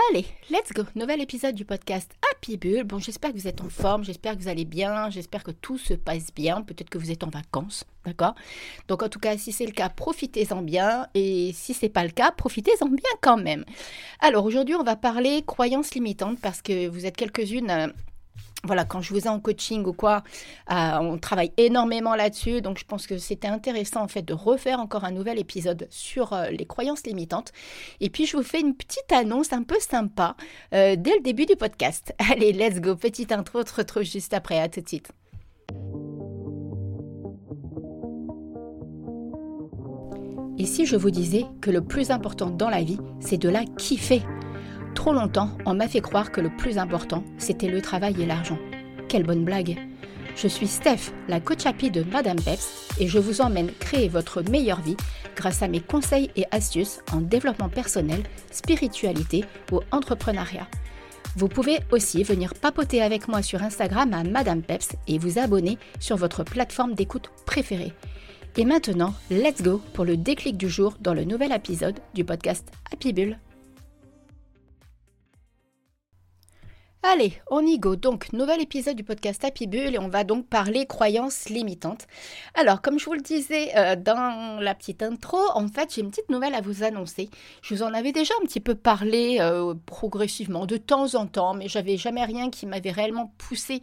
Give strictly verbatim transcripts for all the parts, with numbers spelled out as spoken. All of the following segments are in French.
Allez, let's go, nouvel épisode du podcast Happy Bull. Bon, j'espère que vous êtes en forme, j'espère que vous allez bien, j'espère que tout se passe bien, peut-être que vous êtes en vacances, d'accord? Donc en tout cas, si c'est le cas, profitez-en bien, et si c'est pas le cas, profitez-en bien quand même. Alors aujourd'hui, on va parler croyances limitantes, parce que vous êtes quelques-unes... Euh, Voilà, quand je vous ai en coaching ou quoi, euh, on travaille énormément là-dessus. Donc, je pense que c'était intéressant, en fait, de refaire encore un nouvel épisode sur euh, les croyances limitantes. Et puis, je vous fais une petite annonce un peu sympa euh, dès le début du podcast. Allez, let's go. Petite intro, on se retrouve juste après. À tout de suite. Et si je vous disais que le plus important dans la vie, c'est de la kiffer ? Trop longtemps, on m'a fait croire que le plus important, c'était le travail et l'argent. Quelle bonne blague! Je suis Steph, la coach happy de Madame Peps, et je vous emmène créer votre meilleure vie grâce à mes conseils et astuces en développement personnel, spiritualité ou entrepreneuriat. Vous pouvez aussi venir papoter avec moi sur Instagram à Madame Peps et vous abonner sur votre plateforme d'écoute préférée. Et maintenant, let's go pour le déclic du jour dans le nouvel épisode du podcast Happy Bull. Allez, on y go. Donc, nouvel épisode du podcast Happy Bull et on va donc parler croyances limitantes. Alors, comme je vous le disais euh, dans la petite intro, en fait, j'ai une petite nouvelle à vous annoncer. Je vous en avais déjà un petit peu parlé euh, progressivement, de temps en temps, mais j'avais jamais rien qui m'avait réellement poussé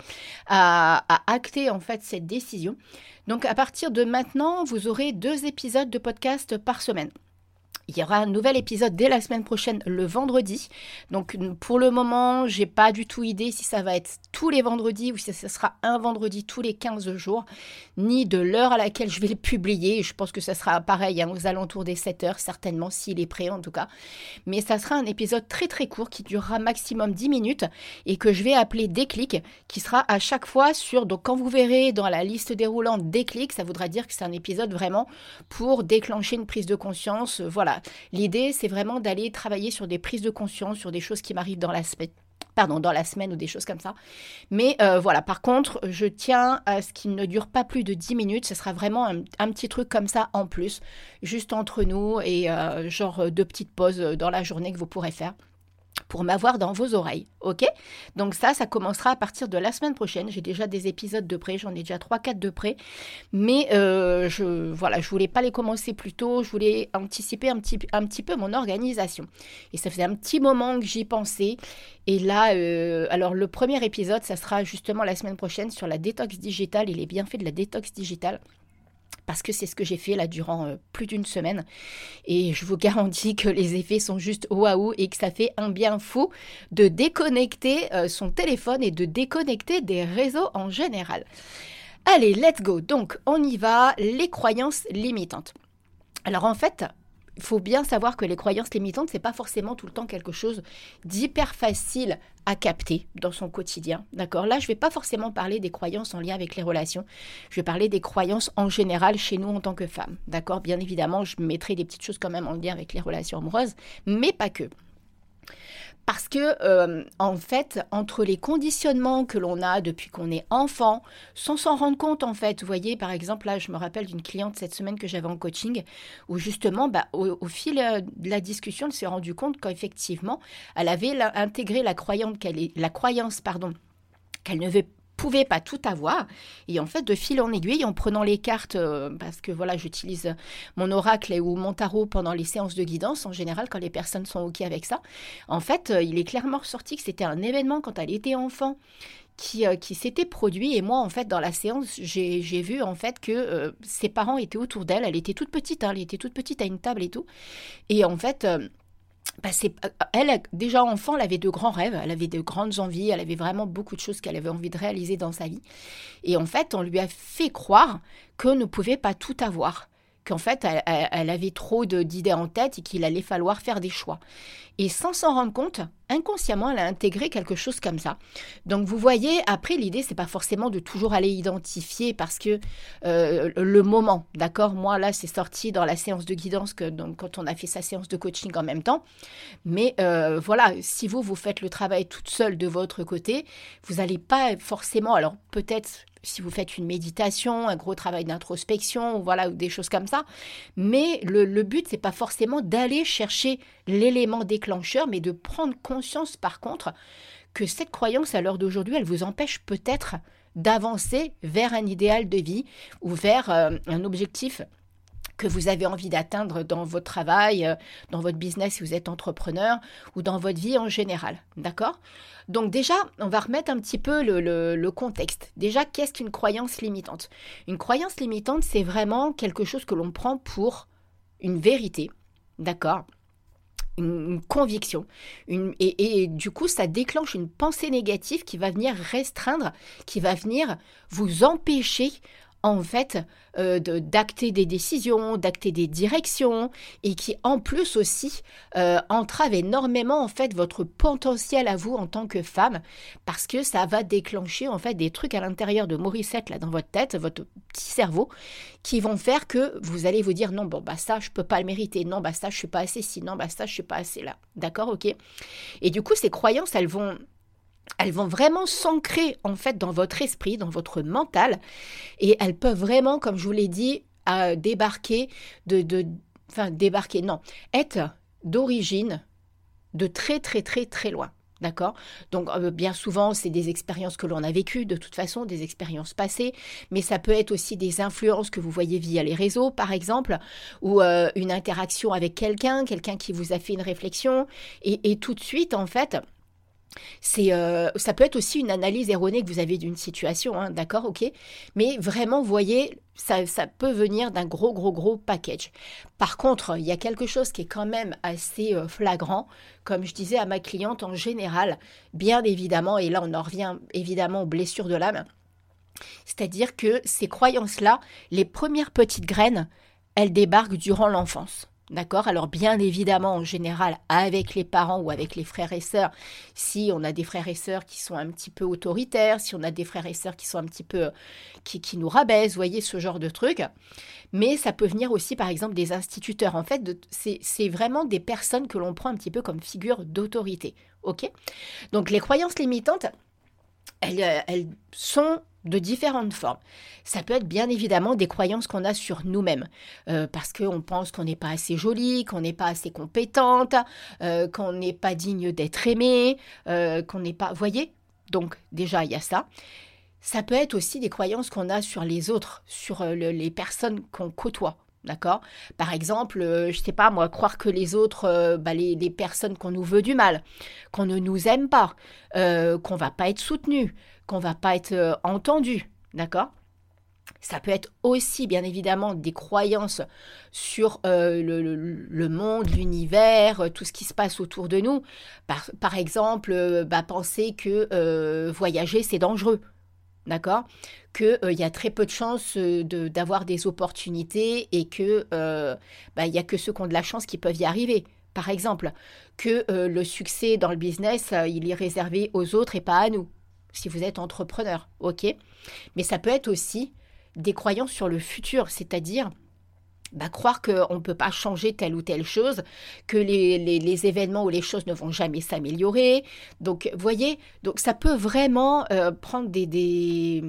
à, à acter en fait cette décision. Donc, à partir de maintenant, vous aurez deux épisodes de podcast par semaine. Il y aura un nouvel épisode dès la semaine prochaine, le vendredi. Donc, pour le moment, j'ai pas du tout idée si ça va être tous les vendredis ou si ça sera un vendredi tous les quinze jours, ni de l'heure à laquelle je vais le publier. Je pense que ça sera pareil, hein, aux alentours des sept heures, certainement, s'il est prêt en tout cas. Mais ça sera un épisode très très court qui durera maximum dix minutes et que je vais appeler Déclic, qui sera à chaque fois sur... Donc, quand vous verrez dans la liste déroulante Déclic, ça voudra dire que c'est un épisode vraiment pour déclencher une prise de conscience. Voilà. L'idée, c'est vraiment d'aller travailler sur des prises de conscience, sur des choses qui m'arrivent dans la semaine. Pardon, dans la semaine ou des choses comme ça. Mais euh, voilà, par contre, je tiens à ce qu'il ne dure pas plus de dix minutes. Ce sera vraiment un, un petit truc comme ça en plus, juste entre nous et euh, genre deux petites pauses dans la journée que vous pourrez faire pour m'avoir dans vos oreilles, ok? Donc ça, ça commencera à partir de la semaine prochaine. J'ai déjà des épisodes de près, j'en ai déjà trois quatre de près. Mais euh, je voilà, je voulais pas les commencer plus tôt, je voulais anticiper un petit, un petit peu mon organisation. Et ça faisait un petit moment que j'y pensais. Et là, euh, alors le premier épisode, ça sera justement la semaine prochaine sur la détox digitale et les bienfaits de la détox digitale. Parce que c'est ce que j'ai fait là durant euh, plus d'une semaine. Et je vous garantis que les effets sont juste waouh et que ça fait un bien fou de déconnecter euh, son téléphone et de déconnecter des réseaux en général. Allez, let's go. Donc, on y va. Les croyances limitantes. Alors en fait... Il faut bien savoir que les croyances limitantes, c'est pas forcément tout le temps quelque chose d'hyper facile à capter dans son quotidien, d'accord? Là, je vais pas forcément parler des croyances en lien avec les relations. Je vais parler des croyances en général chez nous en tant que femmes, d'accord? Bien évidemment, je mettrai des petites choses quand même en lien avec les relations amoureuses, mais pas que. Parce que, euh, en fait, entre les conditionnements que l'on a depuis qu'on est enfant, sans s'en rendre compte, en fait, vous voyez, par exemple, là, je me rappelle d'une cliente cette semaine que j'avais en coaching, où justement, bah, au, au fil de la discussion, elle s'est rendue compte qu'effectivement, elle avait la, intégré la croyance qu'elle est, la croyance, pardon, qu'elle ne veut pouvait pas tout avoir. Et en fait, de fil en aiguille, en prenant les cartes, euh, parce que voilà, j'utilise mon oracle ou mon tarot pendant les séances de guidance, en général, quand les personnes sont OK avec ça. En fait, euh, il est clairement ressorti que c'était un événement quand elle était enfant qui, euh, qui s'était produit. Et moi, en fait, dans la séance, j'ai, j'ai vu en fait que euh, ses parents étaient autour d'elle. Elle était toute petite, hein, elle était toute petite à une table et tout. Et en fait... Euh, Bah c'est, elle, déjà enfant, elle avait de grands rêves, elle avait de grandes envies, elle avait vraiment beaucoup de choses qu'elle avait envie de réaliser dans sa vie. Et en fait, on lui a fait croire qu'on ne pouvait pas tout avoir, qu'en fait, elle, elle avait trop de, d'idées en tête et qu'il allait falloir faire des choix. Et sans s'en rendre compte, inconsciemment, elle a intégré quelque chose comme ça. Donc, vous voyez, après, l'idée, c'est pas forcément de toujours aller identifier parce que euh, le moment, d'accord? Moi, là, c'est sorti dans la séance de guidance que, donc, quand on a fait sa séance de coaching en même temps. Mais euh, voilà, si vous, vous faites le travail toute seule de votre côté, vous n'allez pas forcément, alors peut-être... si vous faites une méditation, un gros travail d'introspection, ou voilà, ou des choses comme ça. Mais le, le but, c'est pas forcément d'aller chercher l'élément déclencheur, mais de prendre conscience conscience par contre que cette croyance à l'heure d'aujourd'hui, elle vous empêche peut-être d'avancer vers un idéal de vie ou vers euh, un objectif que vous avez envie d'atteindre dans votre travail, euh, dans votre business si vous êtes entrepreneur ou dans votre vie en général, d'accord ? Donc déjà, on va remettre un petit peu le, le, le contexte. Déjà, qu'est-ce qu'une croyance limitante ? Une croyance limitante, c'est vraiment quelque chose que l'on prend pour une vérité, d'accord ? Une, une conviction. Une, et, et du coup, ça déclenche une pensée négative qui va venir restreindre, qui va venir vous empêcher en fait, euh, de, d'acter des décisions, d'acter des directions, et qui en plus aussi euh, entrave énormément en fait votre potentiel à vous en tant que femme, parce que ça va déclencher en fait des trucs à l'intérieur de Morissette là dans votre tête, votre petit cerveau, qui vont faire que vous allez vous dire non bon bah ça je peux pas le mériter, non bah ça je suis pas assez ci, non bah ça je suis pas assez là, d'accord, ok. Et du coup ces croyances elles vont Elles vont vraiment s'ancrer en fait dans votre esprit, dans votre mental, et elles peuvent vraiment, comme je vous l'ai dit, euh, débarquer de, de, enfin débarquer, non, être d'origine de très très très très loin, d'accord ? Donc euh, bien souvent c'est des expériences que l'on a vécues, de toute façon des expériences passées, mais ça peut être aussi des influences que vous voyez via les réseaux par exemple, ou euh, une interaction avec quelqu'un, quelqu'un qui vous a fait une réflexion, et, et tout de suite en fait. C'est, euh, ça peut être aussi une analyse erronée que vous avez d'une situation, hein, d'accord, ok. Mais vraiment, vous voyez, ça, ça peut venir d'un gros, gros, gros package. Par contre, il y a quelque chose qui est quand même assez euh, flagrant, comme je disais à ma cliente en général, bien évidemment, et là on en revient évidemment aux blessures de l'âme, c'est-à-dire que ces croyances-là, les premières petites graines, elles débarquent durant l'enfance. D'accord ? Alors bien évidemment, en général, avec les parents ou avec les frères et sœurs, si on a des frères et sœurs qui sont un petit peu autoritaires, si on a des frères et sœurs qui sont un petit peu, qui, qui nous rabaissent, vous voyez, ce genre de trucs. Mais ça peut venir aussi, par exemple, des instituteurs. En fait, de, c'est, c'est vraiment des personnes que l'on prend un petit peu comme figure d'autorité. Ok ? Donc les croyances limitantes, elles, elles sont de différentes formes. Ça peut être bien évidemment des croyances qu'on a sur nous-mêmes, euh, parce qu'on pense qu'on n'est pas assez jolie, qu'on n'est pas assez compétente, euh, qu'on n'est pas digne d'être aimé, euh, qu'on n'est pas... Vous voyez ? Donc déjà, il y a ça. Ça peut être aussi des croyances qu'on a sur les autres, sur euh, le, les personnes qu'on côtoie. D'accord ? Par exemple, euh, je sais pas moi, croire que les autres, euh, bah, les, les personnes qu'on nous veut du mal, qu'on ne nous aime pas, euh, qu'on va pas être soutenu, qu'on va pas être euh, entendu, d'accord ? Ça peut être aussi, bien évidemment, des croyances sur euh, le, le, le monde, l'univers, euh, tout ce qui se passe autour de nous. Par, par exemple, euh, bah, penser que euh, voyager, c'est dangereux. D'accord ? Qu'il euh, y a très peu de chances euh, de, d'avoir des opportunités et qu'il euh, bah, n'y a que ceux qui ont de la chance qui peuvent y arriver. Par exemple, que euh, le succès dans le business, euh, il est réservé aux autres et pas à nous, si vous êtes entrepreneur. Ok ? Mais ça peut être aussi des croyances sur le futur, c'est-à-dire bah, croire qu'on ne peut pas changer telle ou telle chose, que les, les, les événements ou les choses ne vont jamais s'améliorer. Donc, vous voyez, donc ça peut vraiment euh, prendre des, des...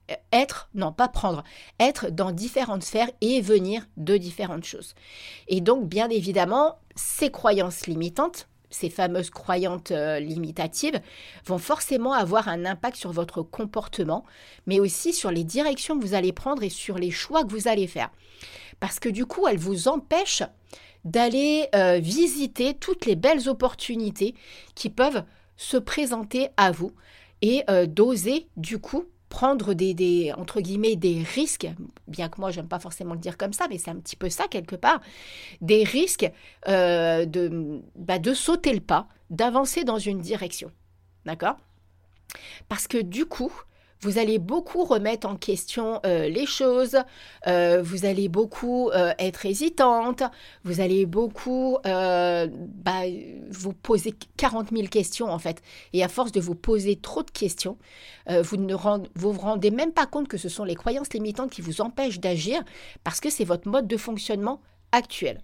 être, non pas prendre, être dans différentes sphères et venir de différentes choses. Et donc, bien évidemment, ces croyances limitantes, ces fameuses croyances euh, limitatives, vont forcément avoir un impact sur votre comportement, mais aussi sur les directions que vous allez prendre et sur les choix que vous allez faire. Parce que du coup, elles vous empêchent d'aller euh, visiter toutes les belles opportunités qui peuvent se présenter à vous et euh, d'oser du coup prendre des, des, entre guillemets, des risques, bien que moi, j'aime pas forcément le dire comme ça, mais c'est un petit peu ça, quelque part, des risques euh, de, bah, de sauter le pas, d'avancer dans une direction. D'accord ? Parce que du coup, vous allez beaucoup remettre en question euh, les choses, euh, vous allez beaucoup euh, être hésitante, vous allez beaucoup euh, bah, vous poser quarante mille questions en fait. Et à force de vous poser trop de questions, euh, vous ne rend, vous vous rendez même pas compte que ce sont les croyances limitantes qui vous empêchent d'agir parce que c'est votre mode de fonctionnement actuel.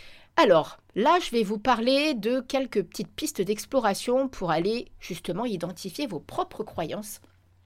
Alors, là, je vais vous parler de quelques petites pistes d'exploration pour aller justement identifier vos propres croyances.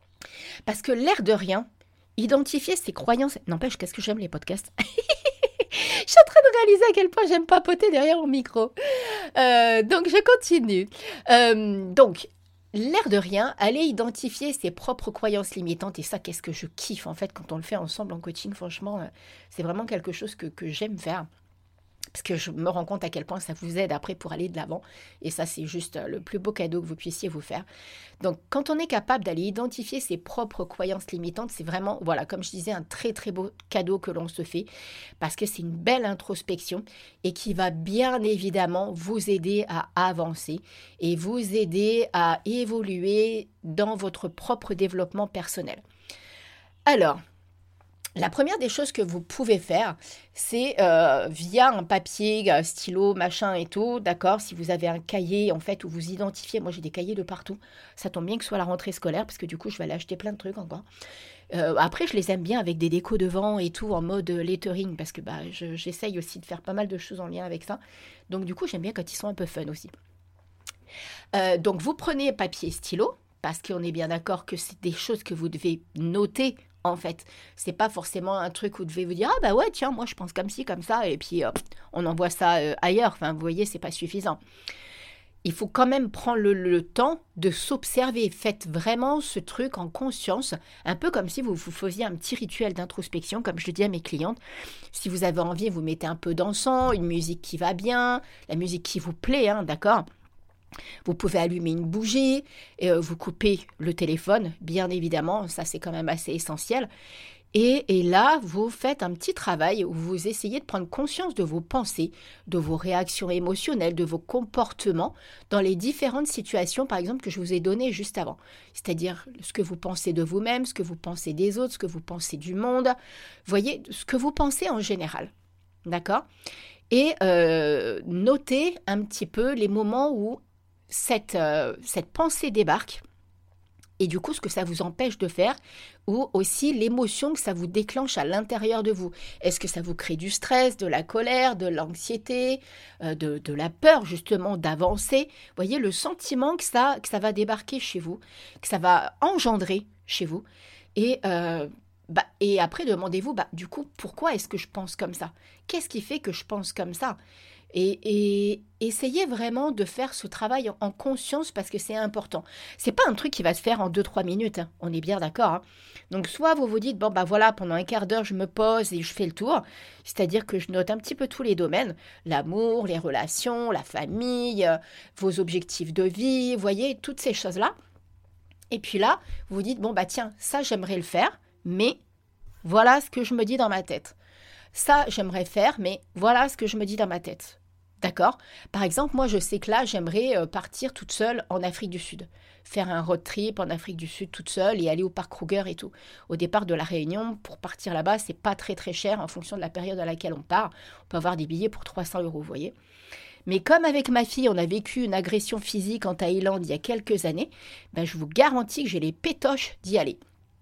Parce que l'air de rien, identifier ses croyances... N'empêche, qu'est-ce que j'aime les podcasts. suis en train de réaliser à quel point j'aime papoter derrière mon micro. Euh, donc, je continue. Euh, donc, l'air de rien, aller identifier ses propres croyances limitantes. Et ça, qu'est-ce que je kiffe, en fait, quand on le fait ensemble en coaching. Franchement, euh, c'est vraiment quelque chose que, que j'aime faire. Parce que je me rends compte à quel point ça vous aide après pour aller de l'avant. Et ça, c'est juste le plus beau cadeau que vous puissiez vous faire. Donc, quand on est capable d'aller identifier ses propres croyances limitantes, c'est vraiment, voilà, comme je disais, un très, très beau cadeau que l'on se fait. Parce que c'est une belle introspection et qui va bien évidemment vous aider à avancer et vous aider à évoluer dans votre propre développement personnel. Alors, la première des choses que vous pouvez faire, c'est euh, via un papier, un stylo, machin et tout, d'accord? Si vous avez un cahier, en fait, où vous identifiez, moi j'ai des cahiers de partout, ça tombe bien que ce soit la rentrée scolaire, parce que du coup, je vais aller acheter plein de trucs encore. Euh, après, je les aime bien avec des décos devant et tout, en mode lettering, parce que bah, je, j'essaye aussi de faire pas mal de choses en lien avec ça. Donc du coup, j'aime bien quand ils sont un peu fun aussi. Euh, donc vous prenez papier et stylo, parce qu'on est bien d'accord que c'est des choses que vous devez noter. En fait, c'est pas forcément un truc où vous devez vous dire ah bah ouais tiens moi je pense comme ci comme ça et puis euh, on envoie ça euh, ailleurs. Enfin vous voyez c'est pas suffisant. Il faut quand même prendre le, le temps de s'observer. Faites vraiment ce truc en conscience, un peu comme si vous, vous faisiez un petit rituel d'introspection, comme je le dis à mes clientes. Si vous avez envie, vous mettez un peu d'encens, une musique qui va bien, la musique qui vous plaît, hein, d'accord ? Vous pouvez allumer une bougie, et euh, vous coupez le téléphone, bien évidemment, ça c'est quand même assez essentiel. Et, et là, vous faites un petit travail où vous essayez de prendre conscience de vos pensées, de vos réactions émotionnelles, de vos comportements dans les différentes situations, par exemple, que je vous ai données juste avant. C'est-à-dire ce que vous pensez de vous-même, ce que vous pensez des autres, ce que vous pensez du monde. Voyez, ce que vous pensez en général. D'accord ? Et euh, notez un petit peu les moments où Cette, euh, cette pensée débarque et du coup ce que ça vous empêche de faire ou aussi l'émotion que ça vous déclenche à l'intérieur de vous. Est-ce que ça vous crée du stress, de la colère, de l'anxiété, euh, de, de la peur justement d'avancer? Vous voyez le sentiment que ça, que ça va débarquer chez vous, que ça va engendrer chez vous. Et, euh, bah, et après demandez-vous, bah, du coup pourquoi est-ce que je pense comme ça? Qu'est-ce qui fait que je pense comme ça? Et, et essayez vraiment de faire ce travail en, en conscience parce que c'est important. C'est pas un truc qui va se faire en deux trois minutes, hein. On est bien d'accord. Hein. Donc soit vous vous dites, bon bah voilà, pendant un quart d'heure je me pose et je fais le tour, c'est-à-dire que je note un petit peu tous les domaines, l'amour, les relations, la famille, euh, vos objectifs de vie, vous voyez, toutes ces choses-là. Et puis là, vous vous dites, bon bah tiens, ça j'aimerais le faire, mais voilà ce que je me dis dans ma tête. Ça j'aimerais faire, mais voilà ce que je me dis dans ma tête. D'accord ? Par exemple, moi, je sais que là, j'aimerais euh, partir toute seule en Afrique du Sud. Faire un road trip en Afrique du Sud toute seule et aller au parc Kruger et tout. Au départ de la Réunion, pour partir là-bas, c'est pas très très cher en fonction de la période à laquelle on part. On peut avoir des billets pour trois cents euros, vous voyez. Mais comme avec ma fille, on a vécu une agression physique en Thaïlande il y a quelques années, ben, je vous garantis que j'ai les pétoches d'y aller.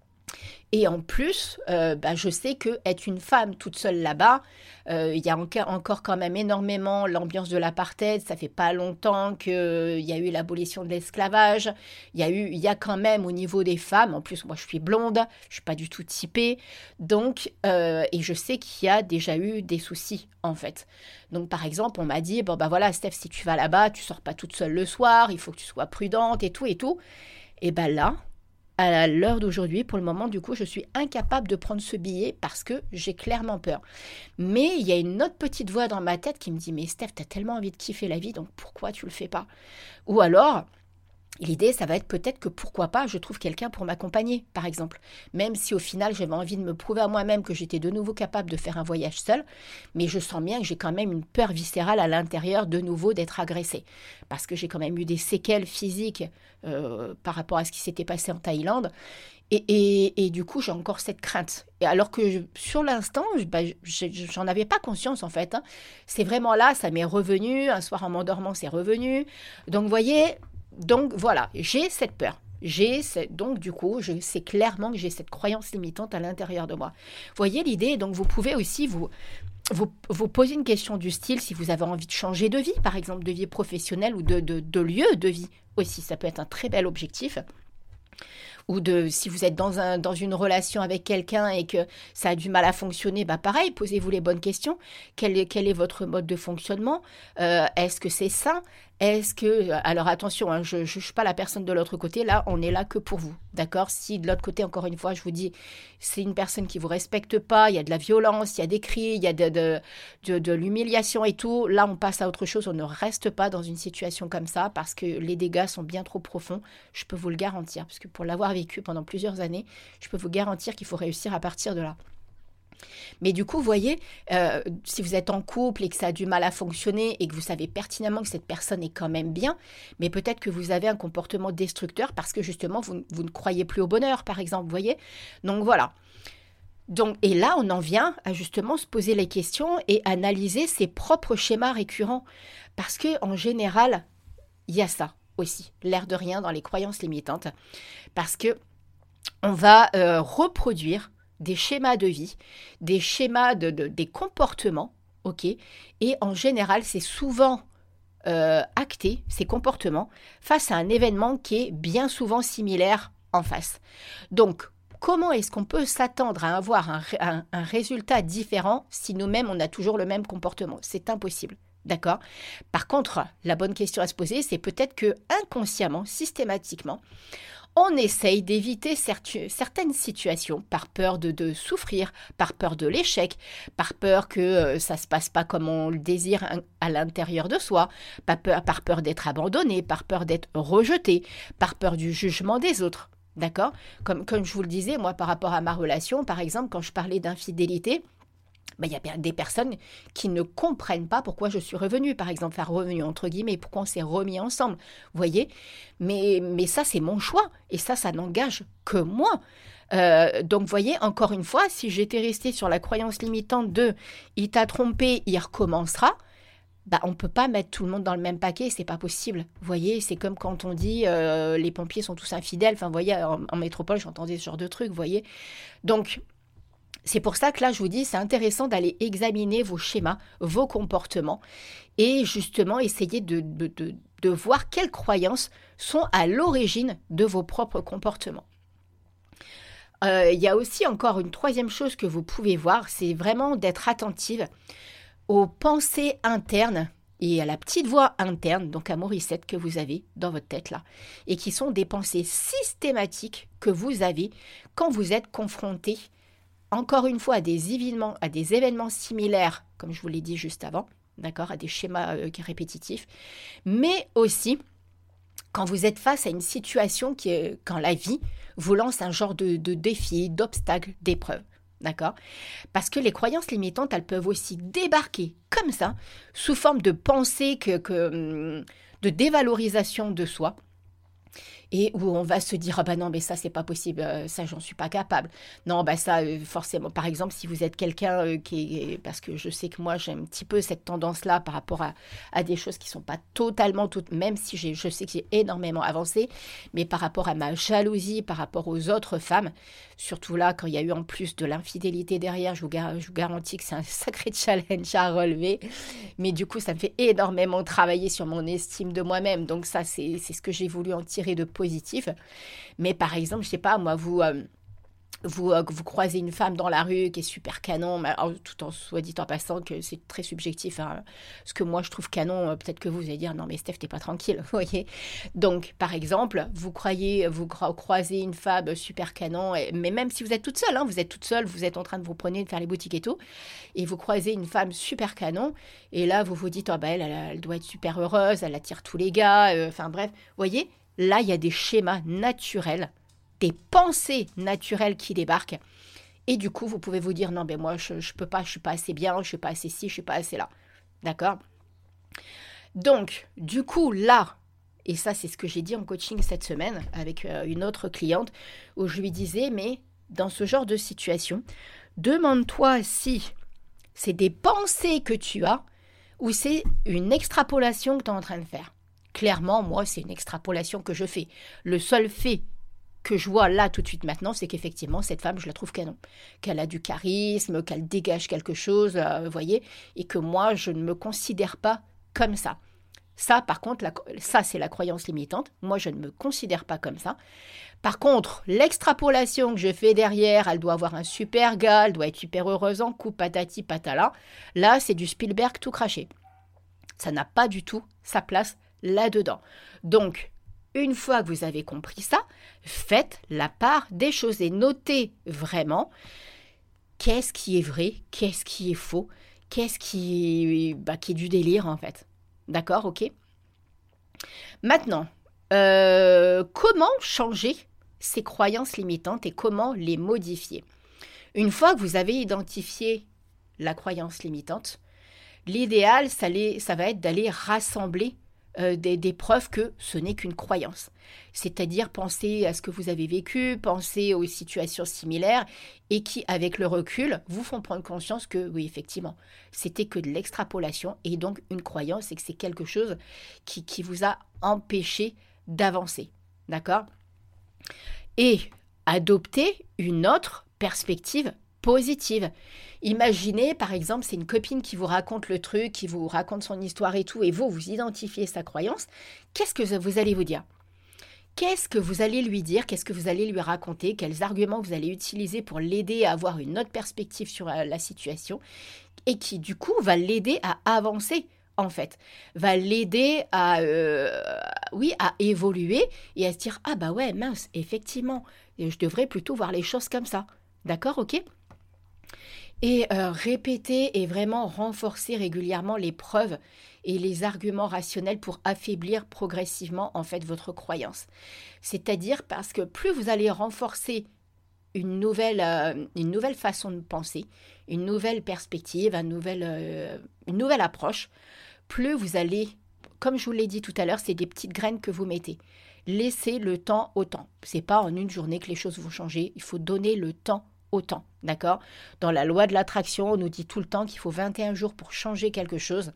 Et en plus, euh, bah, je sais qu'être une femme toute seule là-bas, euh, il y a encore, encore quand même énormément l'ambiance de l'apartheid. Ça fait pas longtemps qu'il y a eu l'abolition de l'esclavage. Il y a eu, il y a quand même au niveau des femmes, en plus moi je suis blonde, je suis pas du tout typée. Donc, euh, et je sais qu'il y a déjà eu des soucis en fait. Donc par exemple, on m'a dit, bon bah voilà Steph, si tu vas là-bas, tu sors pas toute seule le soir, il faut que tu sois prudente et tout et tout. Et ben là, à l'heure d'aujourd'hui, pour le moment, du coup, je suis incapable de prendre ce billet parce que j'ai clairement peur. Mais il y a une autre petite voix dans ma tête qui me dit « Mais Steph, t'as tellement envie de kiffer la vie, donc pourquoi tu le fais pas ?» Ou alors, l'idée, ça va être peut-être que pourquoi pas, je trouve quelqu'un pour m'accompagner, par exemple. Même si au final, j'avais envie de me prouver à moi-même que j'étais de nouveau capable de faire un voyage seule, mais je sens bien que j'ai quand même une peur viscérale à l'intérieur de nouveau d'être agressée. Parce que j'ai quand même eu des séquelles physiques euh, par rapport à ce qui s'était passé en Thaïlande. Et, et, et du coup, j'ai encore cette crainte. Et alors que je, sur l'instant, bah, je, j'en avais pas conscience en fait. Hein. C'est vraiment là, ça m'est revenu. Un soir en m'endormant, c'est revenu. Donc, vous voyez... Donc voilà, j'ai cette peur. J'ai cette... Donc du coup, je sais clairement que j'ai cette croyance limitante à l'intérieur de moi. Vous voyez l'idée? Donc vous pouvez aussi vous, vous, vous poser une question du style si vous avez envie de changer de vie, par exemple de vie professionnelle ou de, de, de lieu de vie aussi. Ça peut être un très bel objectif. ou de si vous êtes dans, un, dans une relation avec quelqu'un et que ça a du mal à fonctionner, bah pareil, posez-vous les bonnes questions. Quel est, quel est votre mode de fonctionnement? euh, Est-ce que c'est sain? Est-ce que... Alors attention, hein, je ne juge pas la personne de l'autre côté, là, on est là que pour vous, d'accord? Si de l'autre côté, encore une fois, je vous dis, c'est une personne qui ne vous respecte pas, il y a de la violence, il y a des cris, il y a de, de, de, de l'humiliation et tout, là, on passe à autre chose, on ne reste pas dans une situation comme ça parce que les dégâts sont bien trop profonds, je peux vous le garantir, parce que pour l'avoir vécu pendant plusieurs années, je peux vous garantir qu'il faut réussir à partir de là. Mais du coup, vous voyez, euh, si vous êtes en couple et que ça a du mal à fonctionner et que vous savez pertinemment que cette personne est quand même bien, mais peut-être que vous avez un comportement destructeur parce que justement, vous, vous ne croyez plus au bonheur, par exemple, vous voyez. Donc voilà. Donc, et là, on en vient à justement se poser les questions et analyser ses propres schémas récurrents. Parce qu'en général, il y a ça aussi, l'air de rien dans les croyances limitantes. Parce que on va euh, reproduire des schémas de vie, des schémas de, de des comportements, ok. Et en général, c'est souvent euh, acté, ces comportements, face à un événement qui est bien souvent similaire en face. Donc, comment est-ce qu'on peut s'attendre à avoir un, un, un résultat différent si nous-mêmes, on a toujours le même comportement? C'est impossible. D'accord? Par contre, la bonne question à se poser, c'est peut-être que inconsciemment, systématiquement, on essaye d'éviter certaines situations par peur de, de souffrir, par peur de l'échec, par peur que euh, ça ne se passe pas comme on le désire à l'intérieur de soi, par peur, par peur d'être abandonné, par peur d'être rejeté, par peur du jugement des autres. D'accord? Comme, comme je vous le disais, moi, par rapport à ma relation, par exemple, quand je parlais d'infidélité, ben, il y a des personnes qui ne comprennent pas pourquoi je suis revenue, par exemple, faire revenu entre guillemets, pourquoi on s'est remis ensemble, vous voyez, mais, mais ça, c'est mon choix, et ça, ça n'engage que moi. Euh, donc, vous voyez, encore une fois, si j'étais restée sur la croyance limitante de « il t'a trompé, il recommencera », bah, on ne peut pas mettre tout le monde dans le même paquet, c'est pas possible. Vous voyez, c'est comme quand on dit euh, les pompiers sont tous infidèles, enfin, vous voyez, en, en métropole, j'entendais ce genre de trucs, vous voyez. Donc, c'est pour ça que là, je vous dis, c'est intéressant d'aller examiner vos schémas, vos comportements et justement essayer de, de, de, de voir quelles croyances sont à l'origine de vos propres comportements. Euh, il y a aussi encore une troisième chose que vous pouvez voir, c'est vraiment d'être attentive aux pensées internes et à la petite voix interne, donc à Morissette que vous avez dans votre tête là, et qui sont des pensées systématiques que vous avez quand vous êtes confronté encore une fois, à des événements, à des événements similaires, comme je vous l'ai dit juste avant, d'accord, à des schémas euh, répétitifs, mais aussi quand vous êtes face à une situation qui est, quand la vie vous lance un genre de, de défi, d'obstacle, d'épreuve, d'accord? Parce que les croyances limitantes, elles peuvent aussi débarquer comme ça, sous forme de pensée, que, que, de dévalorisation de soi, et où on va se dire « Ah bah non, mais ça, c'est pas possible, euh, ça, j'en suis pas capable. » Non, bah ça, euh, forcément, par exemple, si vous êtes quelqu'un euh, qui est... Parce que je sais que moi, j'ai un petit peu cette tendance-là par rapport à, à des choses qui sont pas totalement toutes... Même si j'ai, je sais que j'ai énormément avancé, mais par rapport à ma jalousie, par rapport aux autres femmes, surtout là, quand il y a eu en plus de l'infidélité derrière, je vous, gar- je vous garantis que c'est un sacré challenge à relever. Mais du coup, ça me fait énormément travailler sur mon estime de moi-même. Donc ça, c'est, c'est ce que j'ai voulu en tirer de positif. Mais par exemple, je sais pas, moi, vous, euh, vous, euh, vous croisez une femme dans la rue qui est super canon, mais, alors, tout en soit dit en passant que c'est très subjectif. Hein, ce que moi, je trouve canon, euh, peut-être que vous allez dire, non, mais Steph, t'es pas tranquille, vous voyez. Donc, par exemple, vous croyez, vous cro- croisez une femme super canon, et, mais même si vous êtes toute seule, hein, vous êtes toute seule, vous êtes en train de vous promener, de faire les boutiques et tout, et vous croisez une femme super canon, et là, vous vous dites, oh, bah, elle, elle, elle doit être super heureuse, elle attire tous les gars, euh, enfin bref, vous voyez. Là, il y a des schémas naturels, des pensées naturelles qui débarquent. Et du coup, vous pouvez vous dire, non, mais moi, je ne peux pas, je ne suis pas assez bien, je ne suis pas assez ci, je ne suis pas assez là. D'accord? Donc, du coup, là, et ça, c'est ce que j'ai dit en coaching cette semaine avec euh, une autre cliente, où je lui disais, mais dans ce genre de situation, demande-toi si c'est des pensées que tu as ou c'est une extrapolation que tu es en train de faire. Clairement, moi, c'est une extrapolation que je fais. Le seul fait que je vois là tout de suite maintenant, c'est qu'effectivement, cette femme, je la trouve canon. Qu'elle a du charisme, qu'elle dégage quelque chose, euh, vous voyez, et que moi, je ne me considère pas comme ça. Ça, par contre, la, ça, c'est la croyance limitante. Moi, je ne me considère pas comme ça. Par contre, l'extrapolation que je fais derrière, elle doit avoir un super gars, elle doit être super heureuse en couple, patati patala. Là, c'est du Spielberg tout craché. Ça n'a pas du tout sa place là-dedans. Donc, une fois que vous avez compris ça, faites la part des choses et notez vraiment qu'est-ce qui est vrai, qu'est-ce qui est faux, qu'est-ce qui est, bah, qui est du délire en fait. D'accord, ok. Maintenant, euh, comment changer ces croyances limitantes et comment les modifier? Une fois que vous avez identifié la croyance limitante, l'idéal, ça, les, ça va être d'aller rassembler euh, des, des preuves que ce n'est qu'une croyance. C'est-à-dire penser à ce que vous avez vécu, penser aux situations similaires et qui, avec le recul, vous font prendre conscience que, oui, effectivement, c'était que de l'extrapolation et donc une croyance et que c'est quelque chose qui, qui vous a empêché d'avancer. D'accord? Et adopter une autre perspective positive. Imaginez, par exemple, c'est une copine qui vous raconte le truc, qui vous raconte son histoire et tout, et vous, vous identifiez sa croyance. Qu'est-ce que vous allez vous dire? Qu'est-ce que vous allez lui dire? Qu'est-ce que vous allez lui raconter? Quels arguments vous allez utiliser pour l'aider à avoir une autre perspective sur la situation? Et qui, du coup, va l'aider à avancer, en fait. Va l'aider à, euh, oui, à évoluer et à se dire « Ah bah ouais, mince, effectivement, je devrais plutôt voir les choses comme ça. » D'accord, ok? Et euh, répéter et vraiment renforcer régulièrement les preuves et les arguments rationnels pour affaiblir progressivement en fait votre croyance. C'est-à-dire parce que plus vous allez renforcer une nouvelle, euh, une nouvelle façon de penser, une nouvelle perspective, un nouvel, euh, une nouvelle approche, plus vous allez, comme je vous l'ai dit tout à l'heure, c'est des petites graines que vous mettez. Laissez le temps au temps. C'est pas en une journée que les choses vont changer. Il faut donner le temps au temps, d'accord? Dans la loi de l'attraction, on nous dit tout le temps qu'il faut vingt et un jours pour changer quelque chose.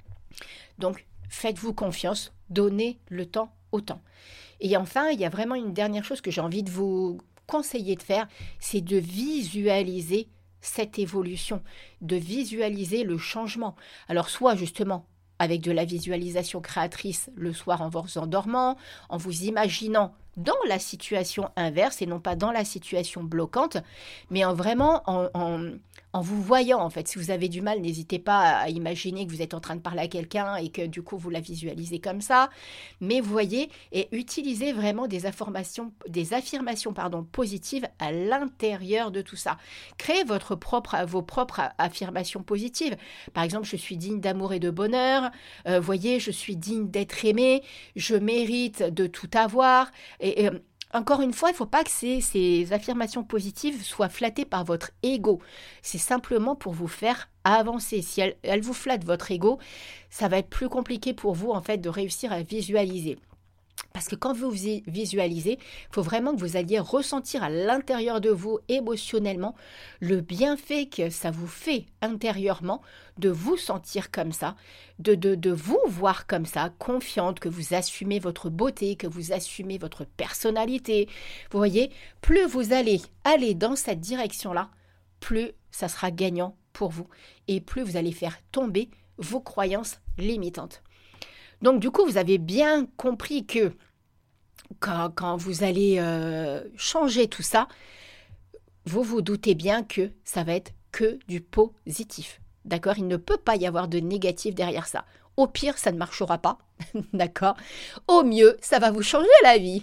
Donc, faites-vous confiance, donnez le temps au temps. Et enfin, il y a vraiment une dernière chose que j'ai envie de vous conseiller de faire, c'est de visualiser cette évolution, de visualiser le changement. Alors, soit justement avec de la visualisation créatrice le soir en vous endormant, en vous imaginant dans la situation inverse et non pas dans la situation bloquante, mais en vraiment en, en, en vous voyant en fait. Si vous avez du mal, n'hésitez pas à imaginer que vous êtes en train de parler à quelqu'un et que du coup vous la visualisez comme ça, mais voyez et utilisez vraiment des affirmations, des affirmations pardon, positives à l'intérieur de tout ça. Créez votre propre, vos propres affirmations positives. Par exemple, je suis digne d'amour et de bonheur, euh, voyez, je suis digne d'être aimé, je mérite de tout avoir. Et euh, encore une fois, il ne faut pas que ces, ces affirmations positives soient flattées par votre ego. C'est simplement pour vous faire avancer. Si elles, elles vous flattent votre ego, ça va être plus compliqué pour vous en fait de réussir à visualiser. Parce que quand vous visualisez, il faut vraiment que vous alliez ressentir à l'intérieur de vous émotionnellement le bienfait que ça vous fait intérieurement de vous sentir comme ça, de, de, de vous voir comme ça, confiante, que vous assumez votre beauté, que vous assumez votre personnalité. Vous voyez, plus vous allez aller dans cette direction-là, plus ça sera gagnant pour vous et plus vous allez faire tomber vos croyances limitantes. Donc du coup, vous avez bien compris que quand, quand vous allez euh, changer tout ça, vous vous doutez bien que ça va être que du positif. D'accord? Il ne peut pas y avoir de négatif derrière ça. Au pire, ça ne marchera pas. D'accord? Au mieux, ça va vous changer la vie.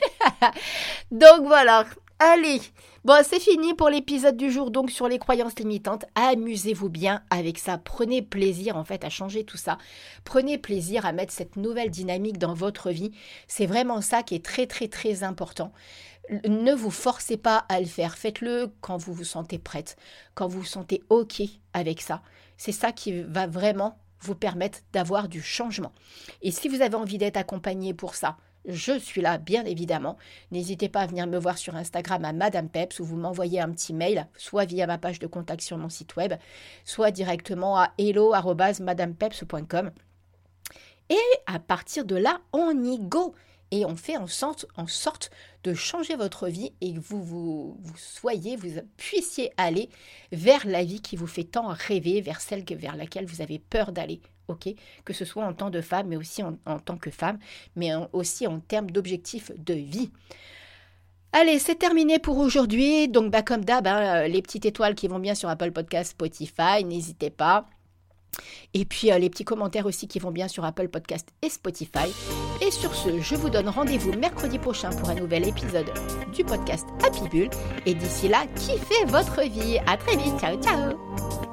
Donc voilà. Allez, bon, c'est fini pour l'épisode du jour, donc sur les croyances limitantes. Amusez-vous bien avec ça. Prenez plaisir en fait à changer tout ça. Prenez plaisir à mettre cette nouvelle dynamique dans votre vie. C'est vraiment ça qui est très très très important. Ne vous forcez pas à le faire. Faites-le quand vous vous sentez prête, quand vous vous sentez OK avec ça. C'est ça qui va vraiment vous permettre d'avoir du changement. Et si vous avez envie d'être accompagné pour ça, je suis là, bien évidemment. N'hésitez pas à venir me voir sur Instagram à Madame Peps ou vous m'envoyez un petit mail, soit via ma page de contact sur mon site web, soit directement à hello arobase madamepeps point com. Et à partir de là, on y go. Et on fait en sorte, en sorte de changer votre vie et que vous, vous, vous soyez, vous puissiez aller vers la vie qui vous fait tant rêver, vers celle que, vers laquelle vous avez peur d'aller ok, que ce soit en tant de femme, mais aussi en, en tant que femme, mais en- aussi en termes d'objectifs de vie. Allez, c'est terminé pour aujourd'hui. Donc, bah, comme d'hab, hein, euh, les petites étoiles qui vont bien sur Apple Podcast, Spotify, n'hésitez pas. Et puis, euh, les petits commentaires aussi qui vont bien sur Apple Podcast et Spotify. Et sur ce, je vous donne rendez-vous mercredi prochain pour un nouvel épisode du podcast Happy Bull. Et d'ici là, kiffez votre vie. À très vite. Ciao, ciao.